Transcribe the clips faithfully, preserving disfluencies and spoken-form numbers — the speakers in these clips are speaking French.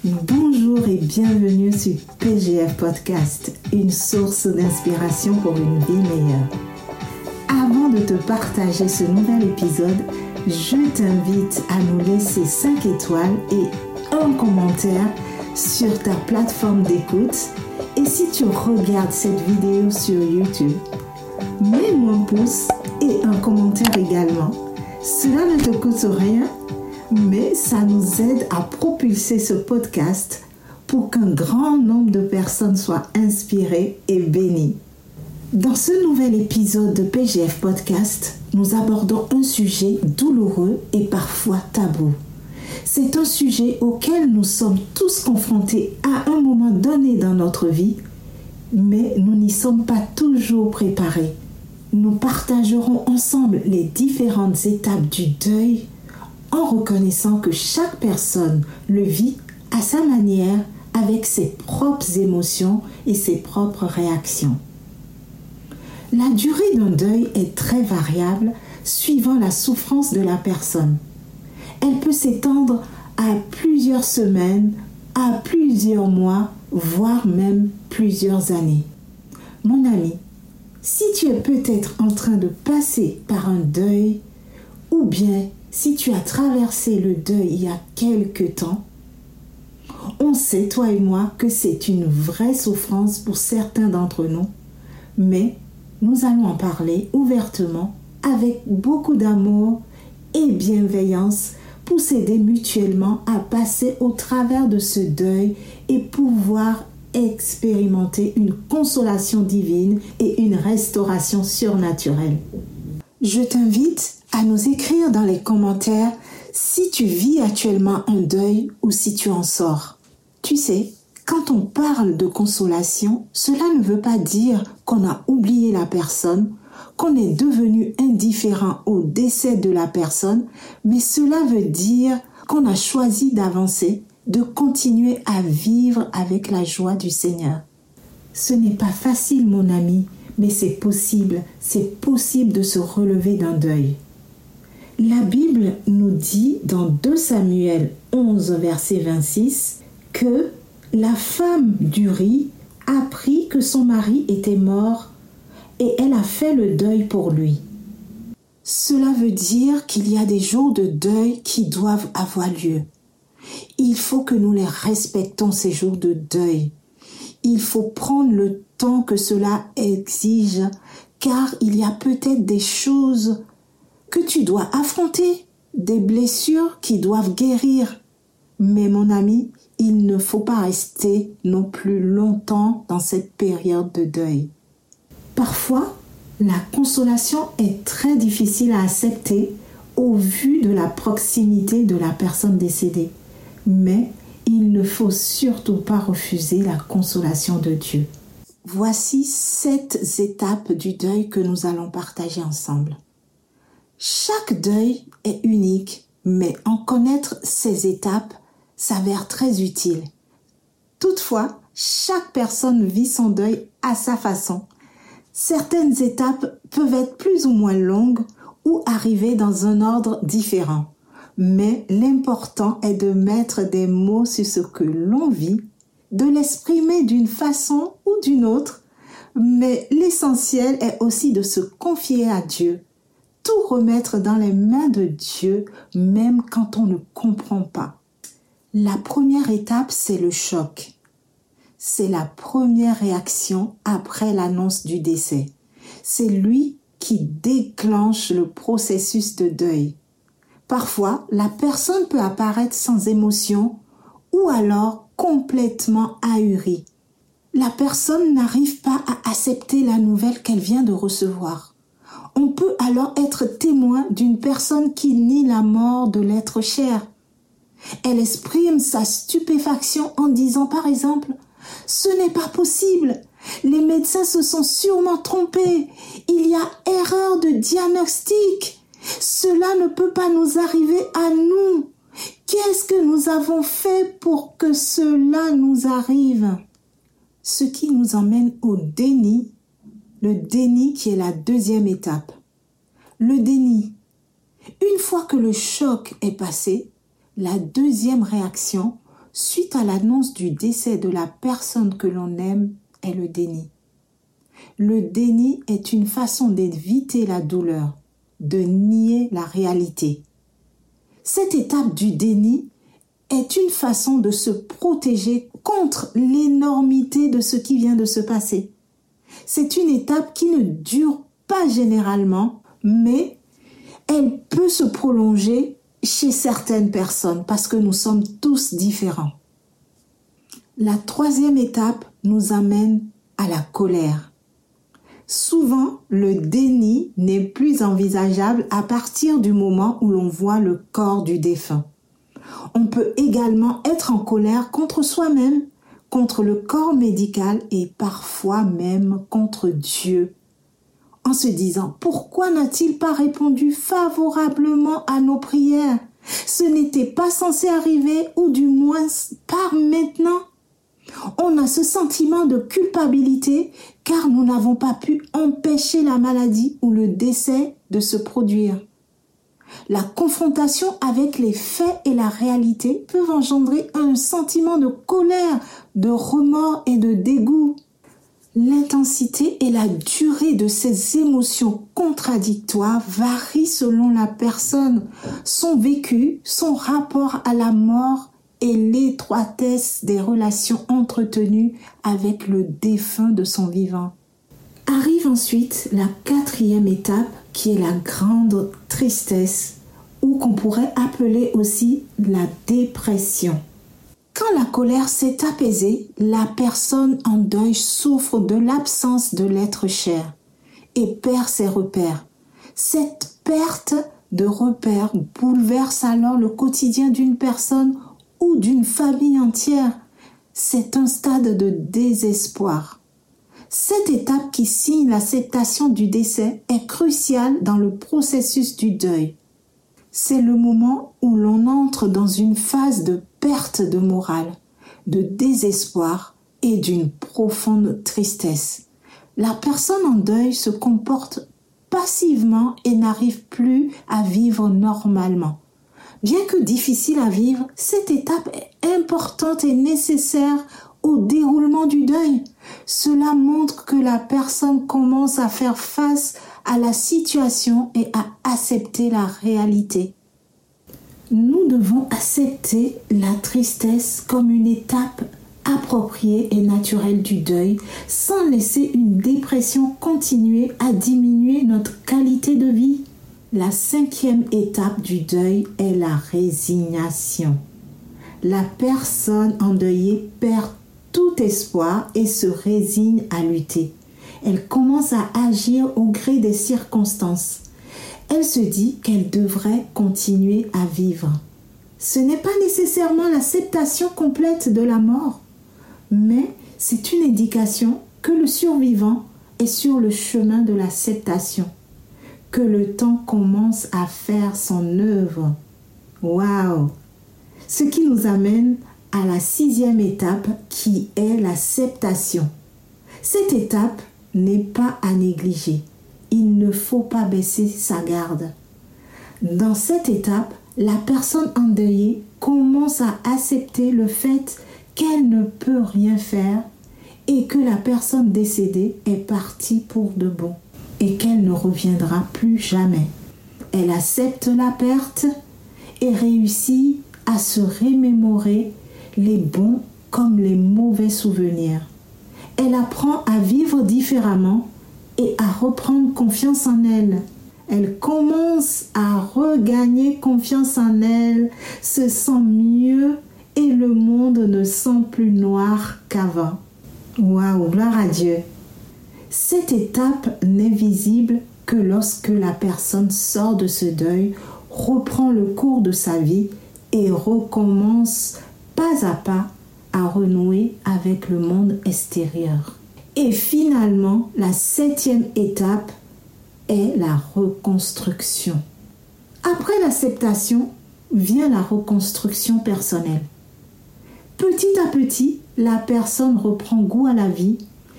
Bonjour et bienvenue sur P G F Podcast, une source d'inspiration pour une vie meilleure. Avant de te partager ce nouvel épisode, je t'invite à nous laisser cinq étoiles et un commentaire sur ta plateforme d'écoute. Et si tu regardes cette vidéo sur YouTube, mets-nous un pouce et un commentaire également. Cela ne te coûte rien, mais ça nous aide à propulser ce podcast pour qu'un grand nombre de personnes soient inspirées et bénies. Dans ce nouvel épisode de P G F Podcast, nous abordons un sujet douloureux et parfois tabou. C'est un sujet auquel nous sommes tous confrontés à un moment donné dans notre vie, mais nous n'y sommes pas toujours préparés. Nous partagerons ensemble les différentes étapes du deuil en reconnaissant que chaque personne le vit à sa manière avec ses propres émotions et ses propres réactions. La durée d'un deuil est très variable suivant la souffrance de la personne. Elle peut s'étendre à plusieurs semaines, à plusieurs mois, voire même plusieurs années. Mon ami, si tu es peut-être en train de passer par un deuil, ou bien si tu as traversé le deuil il y a quelque temps, on sait, toi et moi, que c'est une vraie souffrance pour certains d'entre nous, mais nous allons en parler ouvertement avec beaucoup d'amour et bienveillance pour s'aider mutuellement à passer au travers de ce deuil et pouvoir expérimenter une consolation divine et une restauration surnaturelle. Je t'invite à nous écrire dans les commentaires si tu vis actuellement un deuil ou si tu en sors. Tu sais, quand on parle de consolation, cela ne veut pas dire qu'on a oublié la personne, qu'on est devenu indifférent au décès de la personne, mais cela veut dire qu'on a choisi d'avancer, de continuer à vivre avec la joie du Seigneur. Ce n'est pas facile, mon ami, mais c'est possible, c'est possible de se relever d'un deuil. La Bible nous dit dans deux Samuel onze, verset vingt-six, que la femme d'Uri apprit que son mari était mort et elle a fait le deuil pour lui. Cela veut dire qu'il y a des jours de deuil qui doivent avoir lieu. Il faut que nous les respectons, ces jours de deuil. Il faut prendre le temps que cela exige, car il y a peut-être des choses que tu dois affronter, des blessures qui doivent guérir. Mais mon ami, il ne faut pas rester non plus longtemps dans cette période de deuil. Parfois, la consolation est très difficile à accepter au vu de la proximité de la personne décédée. Mais il ne faut surtout pas refuser la consolation de Dieu. Voici sept étapes du deuil que nous allons partager ensemble. Chaque deuil est unique, mais en connaître ces étapes s'avère très utile. Toutefois, chaque personne vit son deuil à sa façon. Certaines étapes peuvent être plus ou moins longues ou arriver dans un ordre différent. Mais l'important est de mettre des mots sur ce que l'on vit, de l'exprimer d'une façon ou d'une autre, mais l'essentiel est aussi de se confier à Dieu, tout remettre dans les mains de Dieu, même quand on ne comprend pas. La première étape, c'est le choc. C'est la première réaction après l'annonce du décès. C'est lui qui déclenche le processus de deuil. Parfois, la personne peut apparaître sans émotion ou alors complètement ahurie. La personne n'arrive pas à accepter la nouvelle qu'elle vient de recevoir. On peut alors être témoin d'une personne qui nie la mort de l'être cher. Elle exprime sa stupéfaction en disant par exemple « Ce n'est pas possible, les médecins se sont sûrement trompés, il y a erreur de diagnostic. Cela ne peut pas nous arriver à nous. Qu'est-ce que nous avons fait pour que cela nous arrive ?» Ce qui nous emmène au déni, le déni qui est la deuxième étape. Le déni. Une fois que le choc est passé, la deuxième réaction suite à l'annonce du décès de la personne que l'on aime est le déni. Le déni est une façon d'éviter la douleur, de nier la réalité. Cette étape du déni est une façon de se protéger contre l'énormité de ce qui vient de se passer. C'est une étape qui ne dure pas généralement, mais elle peut se prolonger chez certaines personnes parce que nous sommes tous différents. La troisième étape nous amène à la colère. Souvent, le déni n'est plus envisageable à partir du moment où l'on voit le corps du défunt. On peut également être en colère contre soi-même, contre le corps médical et parfois même contre Dieu. En se disant, pourquoi n'a-t-il pas répondu favorablement à nos prières? Ce n'était pas censé arriver, ou du moins pas maintenant. On a ce sentiment de culpabilité car nous n'avons pas pu empêcher la maladie ou le décès de se produire. La confrontation avec les faits et la réalité peuvent engendrer un sentiment de colère, de remords et de dégoût. L'intensité et la durée de ces émotions contradictoires varient selon la personne, son vécu, son rapport à la mort et l'étroitesse des relations entretenues avec le défunt de son vivant. Arrive ensuite la quatrième étape qui est la grande tristesse ou qu'on pourrait appeler aussi la dépression. Quand la colère s'est apaisée, la personne en deuil souffre de l'absence de l'être cher et perd ses repères. Cette perte de repères bouleverse alors le quotidien d'une personne ou d'une famille entière. C'est un stade de désespoir. Cette étape qui signe l'acceptation du décès est cruciale dans le processus du deuil. C'est le moment où l'on entre dans une phase de perte de morale, de désespoir et d'une profonde tristesse. La personne en deuil se comporte passivement et n'arrive plus à vivre normalement. Bien que difficile à vivre, cette étape est importante et nécessaire au déroulement du deuil. Cela montre que la personne commence à faire face à la situation et à accepter la réalité. Nous devons accepter la tristesse comme une étape appropriée et naturelle du deuil, sans laisser une dépression continuer à diminuer notre qualité de vie. La cinquième étape du deuil est la résignation. La personne endeuillée perd tout espoir et se résigne à lutter. Elle commence à agir au gré des circonstances. Elle se dit qu'elle devrait continuer à vivre. Ce n'est pas nécessairement l'acceptation complète de la mort, mais c'est une indication que le survivant est sur le chemin de l'acceptation, que le temps commence à faire son œuvre. Waouh! Ce qui nous amène à la sixième étape qui est l'acceptation. Cette étape n'est pas à négliger. Il ne faut pas baisser sa garde. Dans cette étape, la personne endeuillée commence à accepter le fait qu'elle ne peut rien faire et que la personne décédée est partie pour de bon et qu'elle ne reviendra plus jamais. Elle accepte la perte et réussit à se remémorer les bons comme les mauvais souvenirs. Elle apprend à vivre différemment et à reprendre confiance en elle. Elle commence à regagner confiance en elle, se sent mieux et le monde ne sent plus noir qu'avant. Waouh, gloire à Dieu! Cette étape n'est visible que lorsque la personne sort de ce deuil, reprend le cours de sa vie et recommence pas à pas à renouer avec le monde extérieur. Et finalement, la septième étape est la reconstruction. Après l'acceptation, vient la reconstruction personnelle. Petit à petit, la personne reprend goût à la vie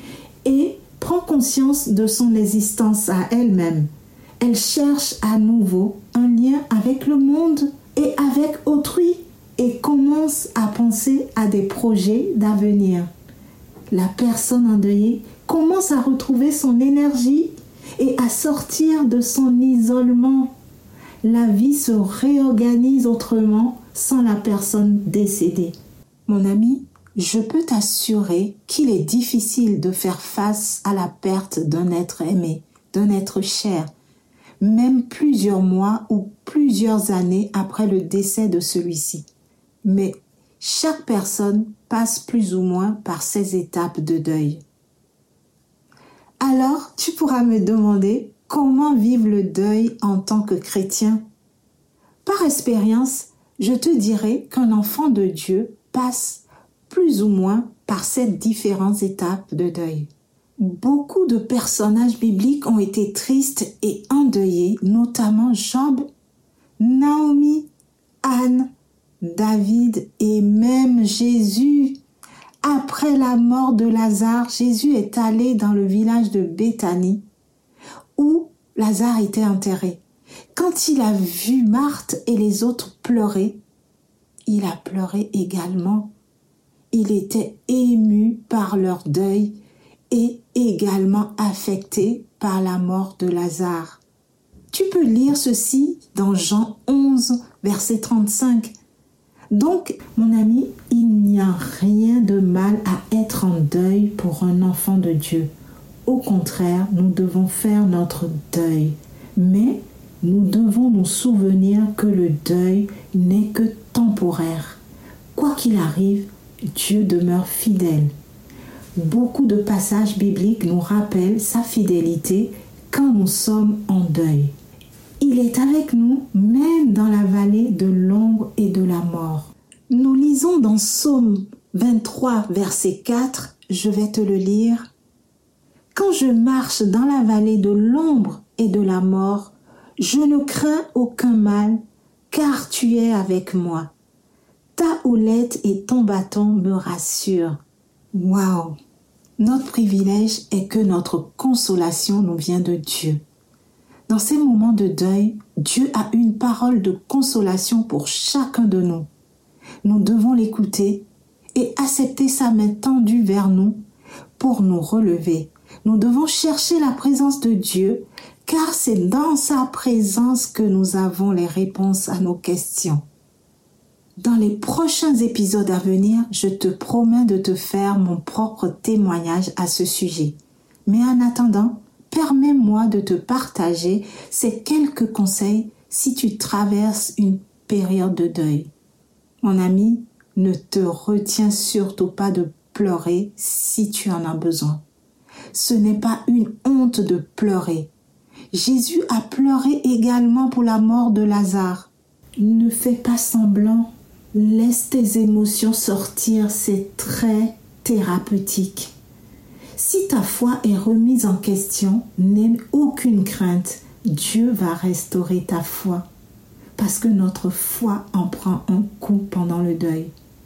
et prend conscience de son existence à elle-même. Elle cherche à nouveau un lien avec le monde et avec autrui et commence commence à penser à des projets d'avenir. La personne endeuillée commence à retrouver son énergie et à sortir de son isolement. La vie se réorganise autrement sans la personne décédée. Mon ami, je peux t'assurer qu'il est difficile de faire face à la perte d'un être aimé, d'un être cher, même plusieurs mois ou plusieurs années après le décès de celui-ci. Mais chaque personne passe plus ou moins par ces étapes de deuil. Alors, tu pourras me demander comment vivre le deuil en tant que chrétien. Par expérience, je te dirai qu'un enfant de Dieu passe plus ou moins par ces différentes étapes de deuil. Beaucoup de personnages bibliques ont été tristes et endeuillés, notamment Job, Naomi, Anne, David et même Jésus. Après la mort de Lazare, Jésus est allé dans le village de Béthanie où Lazare était enterré. Quand il a vu Marthe et les autres pleurer, il a pleuré également. Il était ému par leur deuil et également affecté par la mort de Lazare. Tu peux lire ceci dans Jean onze, verset trente-cinq. Donc, mon ami, il n'y a rien de mal à être en deuil pour un enfant de Dieu. Au contraire, nous devons faire notre deuil. Mais nous devons nous souvenir que le deuil n'est que temporaire. Quoi qu'il arrive, Dieu demeure fidèle. Beaucoup de passages bibliques nous rappellent sa fidélité quand nous sommes en deuil. Il est avec nous même dans la vallée de l'ombre et de la mort. Nous lisons dans Psaume vingt-trois, verset quatre, je vais te le lire. « Quand je marche dans la vallée de l'ombre et de la mort, je ne crains aucun mal, car tu es avec moi. Ta houlette et ton bâton me rassurent. » Waouh! Notre privilège est que notre consolation nous vient de Dieu. Dans ces moments de deuil, Dieu a une parole de consolation pour chacun de nous. Nous devons l'écouter et accepter sa main tendue vers nous pour nous relever. Nous devons chercher la présence de Dieu, car c'est dans sa présence que nous avons les réponses à nos questions. Dans les prochains épisodes à venir, je te promets de te faire mon propre témoignage à ce sujet. Mais en attendant, permets-moi de te partager ces quelques conseils si tu traverses une période de deuil. Mon ami, ne te retiens surtout pas de pleurer si tu en as besoin. Ce n'est pas une honte de pleurer. Jésus a pleuré également pour la mort de Lazare. Ne fais pas semblant. Laisse tes émotions sortir, c'est très thérapeutique. Si ta foi est remise en question, n'aie aucune crainte. Dieu va restaurer ta foi. Parce que notre foi en prend un coup pendant le deuil.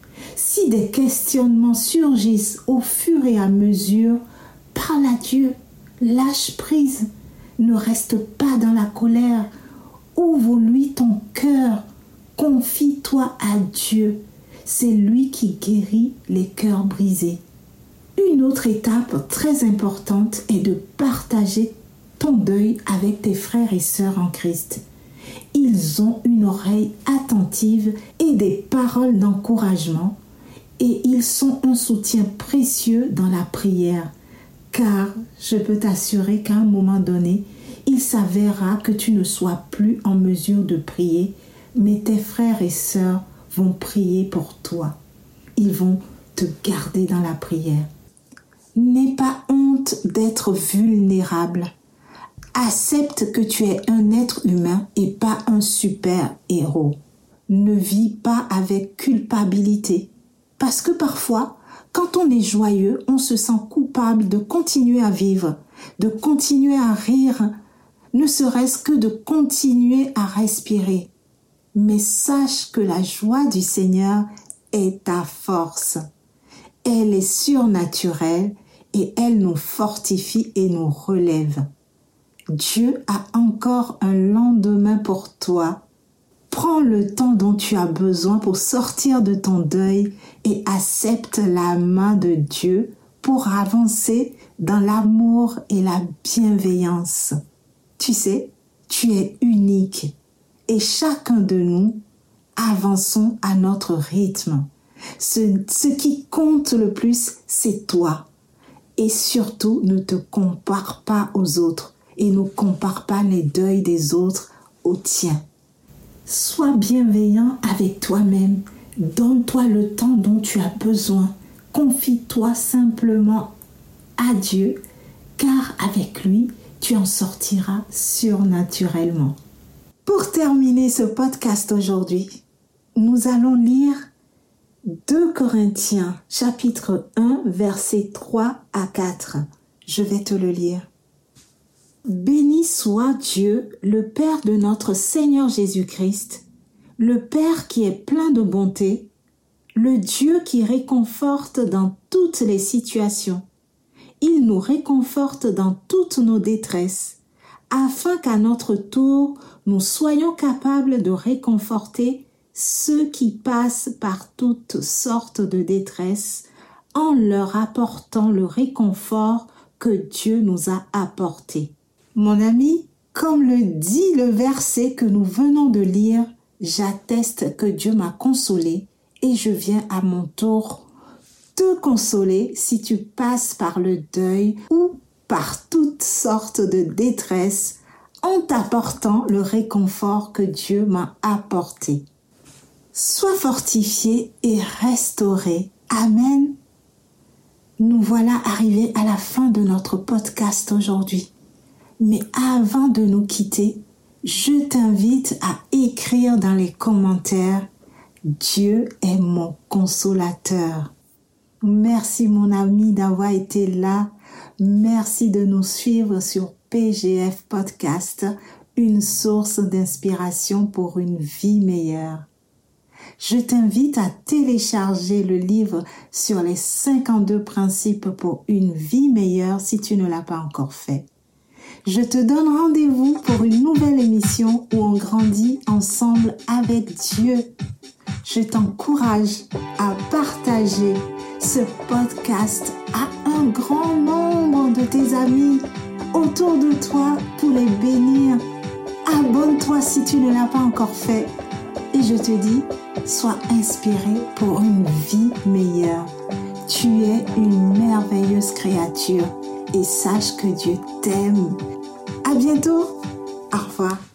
Si des questionnements surgissent au fur et à mesure, parle à Dieu, lâche prise, ne reste pas dans la colère, ouvre-lui ton cœur, confie-toi à Dieu, c'est lui qui guérit les cœurs brisés. Une autre étape très importante est de partager ton deuil avec tes frères et sœurs en Christ. Ils ont une oreille attentive et des paroles d'encouragement et ils sont un soutien précieux dans la prière. Car je peux t'assurer qu'à un moment donné, il s'avérera que tu ne sois plus en mesure de prier, mais tes frères et sœurs vont prier pour toi. Ils vont te garder dans la prière. N'aie pas honte d'être vulnérable. Accepte que tu es un être humain et pas un super-héros. Ne vis pas avec culpabilité. Parce que parfois, quand on est joyeux, on se sent coupable de continuer à vivre, de continuer à rire, ne serait-ce que de continuer à respirer. Mais sache que la joie du Seigneur est ta force. Elle est surnaturelle et elle nous fortifie et nous relève. Dieu a encore un lendemain pour toi. Prends le temps dont tu as besoin pour sortir de ton deuil et accepte la main de Dieu pour avancer dans l'amour et la bienveillance. Tu sais, tu es unique et chacun de nous avançons à notre rythme. Ce, ce qui compte le plus, c'est toi. Et surtout, ne te compare pas aux autres et ne compare pas les deuils des autres aux tiens. Sois bienveillant avec toi-même. Donne-toi le temps dont tu as besoin. Confie-toi simplement à Dieu, car avec lui, tu en sortiras surnaturellement. Pour terminer ce podcast aujourd'hui, nous allons lire deux Corinthiens, chapitre un, versets trois à quatre. Je vais te le lire. Béni soit Dieu, le Père de notre Seigneur Jésus-Christ, le Père qui est plein de bonté, le Dieu qui réconforte dans toutes les situations. Il nous réconforte dans toutes nos détresses, afin qu'à notre tour, nous soyons capables de réconforter ceux qui passent par toutes sortes de détresse, en leur apportant le réconfort que Dieu nous a apporté. Mon ami, comme le dit le verset que nous venons de lire, j'atteste que Dieu m'a consolé et je viens à mon tour te consoler si tu passes par le deuil ou par toutes sortes de détresse en t'apportant le réconfort que Dieu m'a apporté. Sois fortifié et restauré. Amen. Nous voilà arrivés à la fin de notre podcast aujourd'hui. Mais avant de nous quitter, je t'invite à écrire dans les commentaires « Dieu est mon consolateur ». Merci mon ami d'avoir été là. Merci de nous suivre sur P G F Podcast, une source d'inspiration pour une vie meilleure. Je t'invite à télécharger le livre sur les cinquante-deux principes pour une vie meilleure si tu ne l'as pas encore fait. Je te donne rendez-vous pour une nouvelle émission où on grandit ensemble avec Dieu. Je t'encourage à partager ce podcast à un grand nombre de tes amis autour de toi pour les bénir. Abonne-toi si tu ne l'as pas encore fait. Et je te dis, sois inspiré pour une vie meilleure. Tu es une merveilleuse créature et sache que Dieu t'aime. À bientôt. Au revoir.